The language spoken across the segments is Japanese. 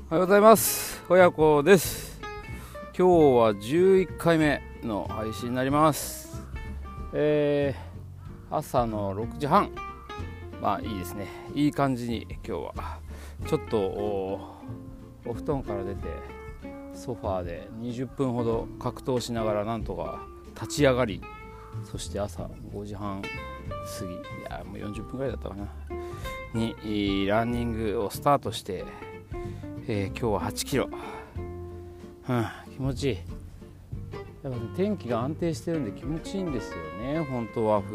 おはようございます。親子です。今日は11回目の配信になります。朝の6時半。いいですね。いい感じに今日はちょっと お布団から出てソファーで20分ほど格闘しながらなんとか立ち上がり、そして朝5時半過ぎ、もう40分ぐらいだったかなにランニングをスタートして、今日は8キロ、気持ちいい。やっぱ、天気が安定してるんで気持ちいいんですよね。本当は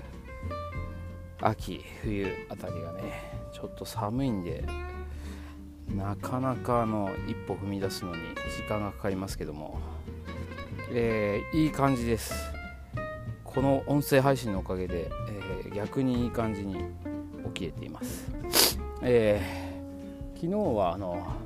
秋冬あたりがねちょっと寒いんで、なかなか一歩踏み出すのに時間がかかりますけども、いい感じです。この音声配信のおかげで、逆にいい感じに起きれています。昨日は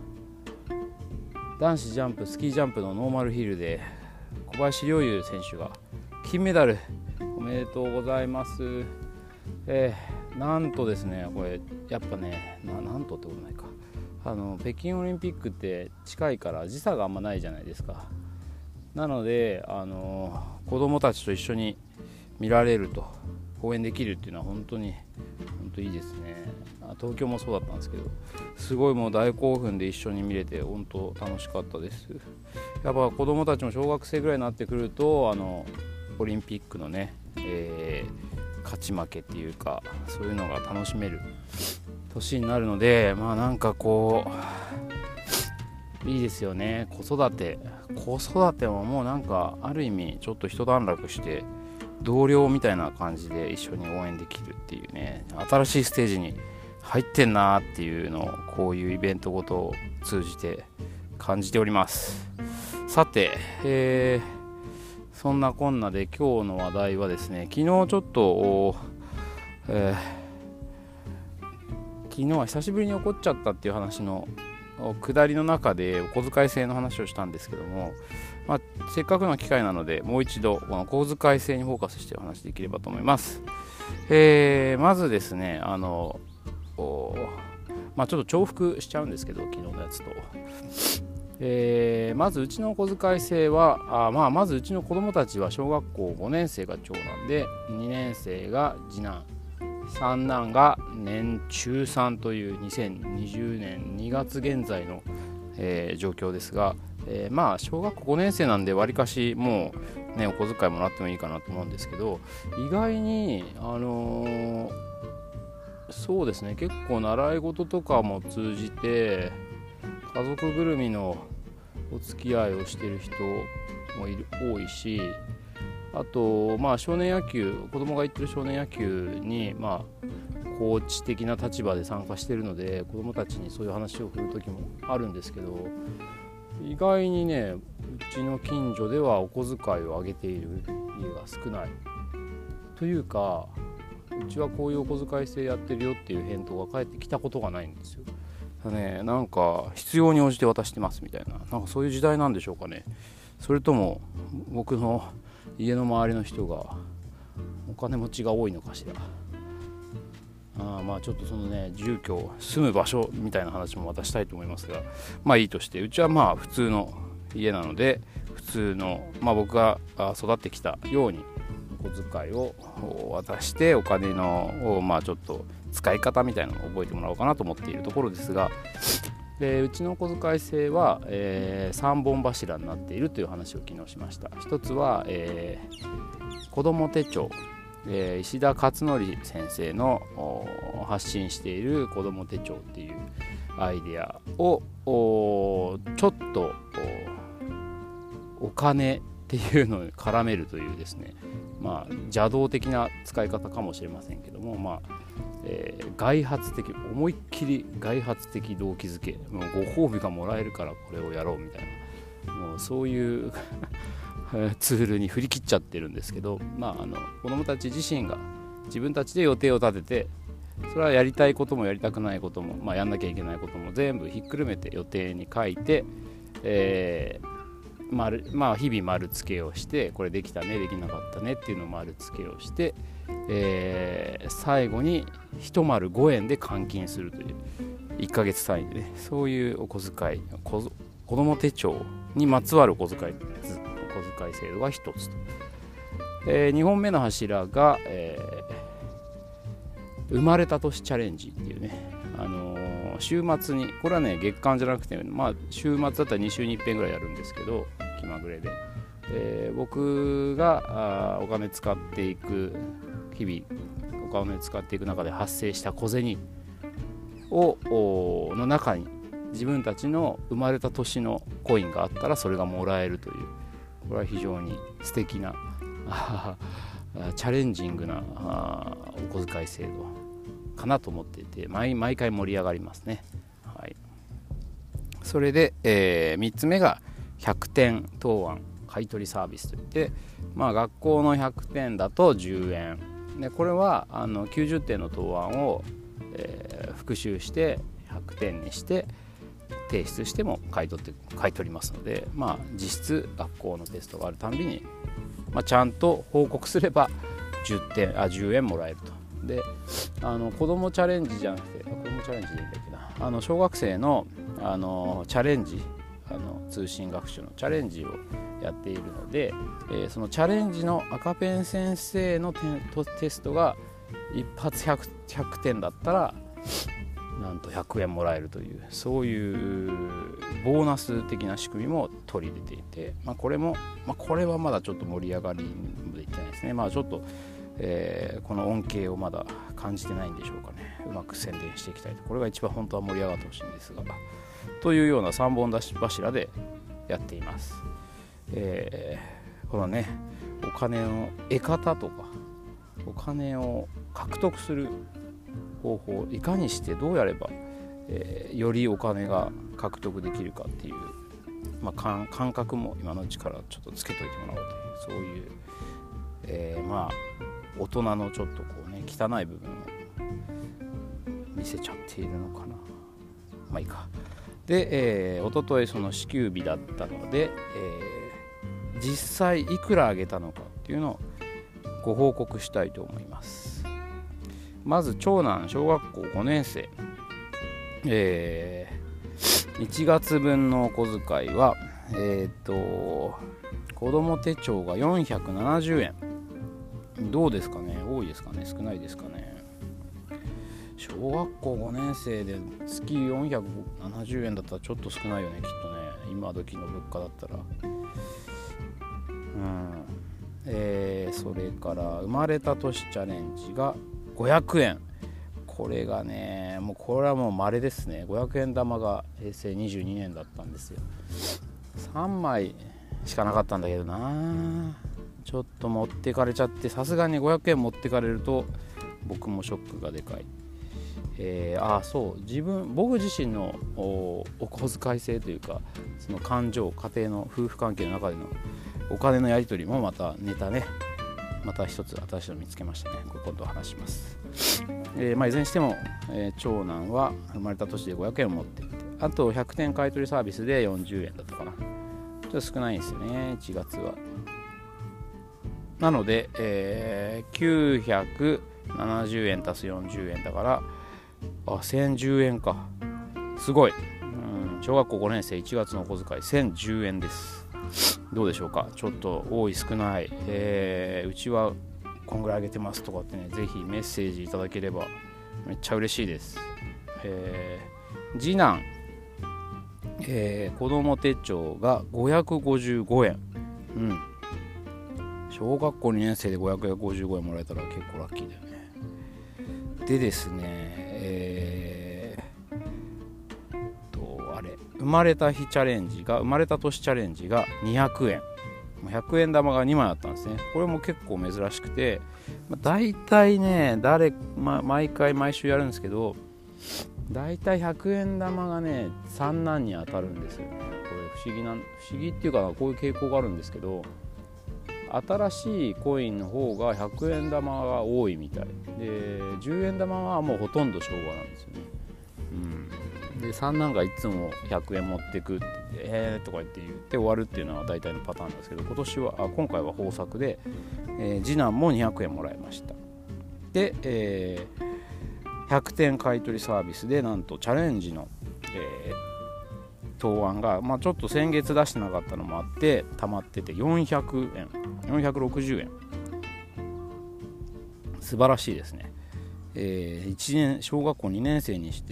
男子ジャンプスキージャンプのノーマルヒルで小林陵侑選手が金メダル、おめでとうございます。なんとですね、これやっぱね、なんとってことないか、北京オリンピックって近いから時差があんまないじゃないですか。なので子供たちと一緒に見られると、応援できるっていうのは本当いいですね。東京もそうだったんですけど、すごいもう大興奮で一緒に見れて本当楽しかったです。やっぱ子供たちも小学生ぐらいになってくるとオリンピックのね、勝ち負けっていうかそういうのが楽しめる年になるので、なんかこういいですよね。子育てももうなんかある意味ちょっと一段落して同僚みたいな感じで一緒に応援できるっていうね、新しいステージに入ってんなっていうのをこういうイベントごとを通じて感じております。さて、そんなこんなで今日の話題はですね、昨日ちょっと、昨日は久しぶりに起こっちゃったっていう話の下りの中でお小遣い制の話をしたんですけども、せっかくの機会なのでもう一度この小遣い制にフォーカスしてお話できればと思います。まずですね、ちょっと重複しちゃうんですけど昨日のやつと、まずうちの小遣い制はまずうちの子供たちは小学校5年生が長男で2年生が次男、三男が中3という2020年2月現在の、状況ですが、小学校5年生なんでわりかしもうねお小遣いもらってもいいかなと思うんですけど、意外にそうですね、結構習い事とかも通じて家族ぐるみのお付き合いをしている人も多いし、あと少年野球、子供が行ってる少年野球にコーチ的な立場で参加しているので子供たちにそういう話を振る時もあるんですけど、意外にねうちの近所ではお小遣いをあげている家が少ないというか、うちはこういうお小遣い制やってるよっていう返答が返ってきたことがないんですよ。なんか必要に応じて渡してますみたいな、なんかそういう時代なんでしょうかね。それとも僕の家の周りの人がお金持ちが多いのかしら。ちょっとそのね住居住む場所みたいな話もまたしたいと思いますが、いいとして、うちは普通の家なので普通の、僕が育ってきたようにお小遣いを渡してお金のちょっと使い方みたいなのを覚えてもらおうかなと思っているところですが、うちのお小遣い制は、3本柱になっているという話を昨日しました。一つは、子ども手帳、石田勝則先生の発信している子ども手帳っていうアイデアをちょっとお金っていうのに絡めるというですね、邪道的な使い方かもしれませんけども、外発的、思いっきり外発的動機づけ、もうご褒美がもらえるからこれをやろうみたいな、もうそういうツールに振り切っちゃってるんですけど、子どもたち自身が自分たちで予定を立てて、それはやりたいこともやりたくないことも、やんなきゃいけないことも全部ひっくるめて予定に書いて、日々丸付けをして、これできたねできなかったねっていうのを丸付けをして、最後に1丸5円で換金するという 1ヶ月単位でね、そういうお小遣い、子ども手帳にまつわるお小遣い制度が一つと、2本目の柱が、生まれた年チャレンジっていうね、週末に、これはね月間じゃなくて、週末だったら2週に1遍ぐらいやるんですけど、気まぐれで、僕がお金使っていく、日々お金使っていく中で発生した小銭の中に自分たちの生まれた年のコインがあったらそれがもらえるという、これは非常に素敵なチャレンジングなお小遣い制度かなと思っていて、毎回盛り上がりますね。はい、それで、3つ目が100点答案買取サービスといって、学校の100点だと10円で、これは90点の答案を、復習して100点にして提出しても買い取りますので、実質学校のテストがあるたんびに、ちゃんと報告すれば10円もらえると。で、子どもチャレンジじゃなくて、子どもチャレンジでいいんだっけな、小学生の、チャレンジ、通信学習のチャレンジをやっているので、そのチャレンジの赤ペン先生のテストが一発 100点だったらなんと100円もらえるという、そういうボーナス的な仕組みも取り入れていて、これはまだちょっと盛り上がりまでいってないですね。ちょっと、この恩恵をまだ感じてないんでしょうかね。うまく宣伝していきたいと、これが一番本当は盛り上がってほしいんですが、というような3本柱でやっています。このね、お金の得方とかお金を獲得する方法、いかにしてどうやれば、よりお金が獲得できるかっていう、感覚も今のうちからちょっとつけといてもらおうという、そういう、大人のちょっとこうね汚い部分を見せちゃっているのかな。いいか。で、一昨日その支給日だったので、実際いくらあげたのかっていうのをご報告したいと思います。まず長男、小学校5年生、1月分のお小遣いは、子ども手帳が470円。どうですかね、多いですかね、少ないですかね。小学校5年生で月470円だったらちょっと少ないよね、きっとね、今時の物価だったら。それから生まれた年チャレンジが500円。これがね、これはもう稀ですね。500円玉が平成22年だったんですよ。3枚しかなかったんだけどな、ちょっと持ってかれちゃって、さすがに500円持ってかれると僕もショックがでかい。そう、僕自身の お小遣い制というか、その感情、家庭の夫婦関係の中でのお金のやり取りもまたネタね、また一つ新しいの見つけましたね。これ今度話します。いずれにしても、長男は生まれた年で500円を持っていて、あと100点買取サービスで40円だったかな。ちょっと少ないんですよね、1月は。なので、970円足す40円だから1010円か。すごい、小学校5年生1月のお小遣い1010円です。どうでしょうか、ちょっと多い少ない、うちはこんぐらいあげてますとかってね、ぜひメッセージいただければめっちゃ嬉しいです。次男、子ども手帳が555円。小学校2年生で555円もらえたら結構ラッキーだよね。でですね、生まれた年チャレンジが200円。100円玉が2枚あったんですね。これも結構珍しくて、だいたいね、毎週やるんですけど、だいたい100円玉がね三男に当たるんですよね。これ不思議っていうか、こういう傾向があるんですけど、新しいコインの方が100円玉が多いみたいで、10円玉はもうほとんど昭和なんですよね。で、三男がいつも100円持ってくってとか言って終わるっていうのは大体のパターンですけど、今回は豊作で、次男も200円もらいました。で、 100点買い取りサービスでなんとチャレンジの、答案が、ちょっと先月出してなかったのもあって溜まってて400円460円、素晴らしいですね。小学校2年生にして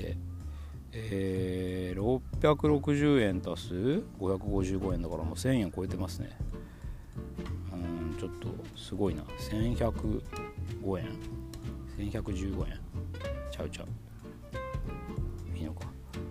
、660円足す555円だからもう1000円超えてますね。ちょっとすごいな。1105円1115円ちゃういいのか。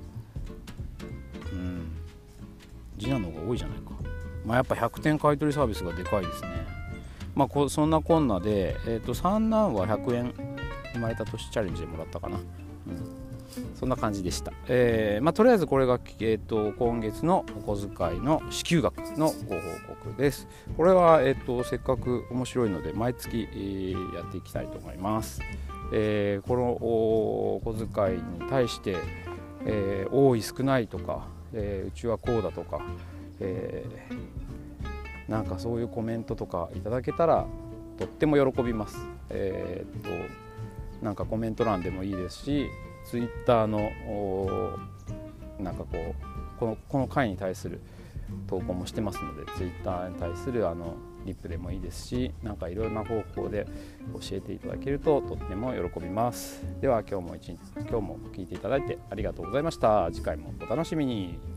次男の方が多いじゃないか。やっぱ100点買い取りサービスがでかいですね。そんなこんなで、三男は100円生まれた年チャレンジでもらったかな。そんな感じでした。とりあえずこれが、今月のお小遣いの支給額のご報告です。これは、せっかく面白いので毎月、やっていきたいと思います。このお小遣いに対して、多い少ないとか、うちはこうだとか、なんかそういうコメントとかいただけたらとっても喜びます。なんかコメント欄でもいいですし、ツイッターのなんかこの回に対する投稿もしてますので、ツイッターに対するリップでもいいですし、なんかいろいろな方法で教えていただけるととっても喜びます。では今日も聞いていただいてありがとうございました。次回もお楽しみに。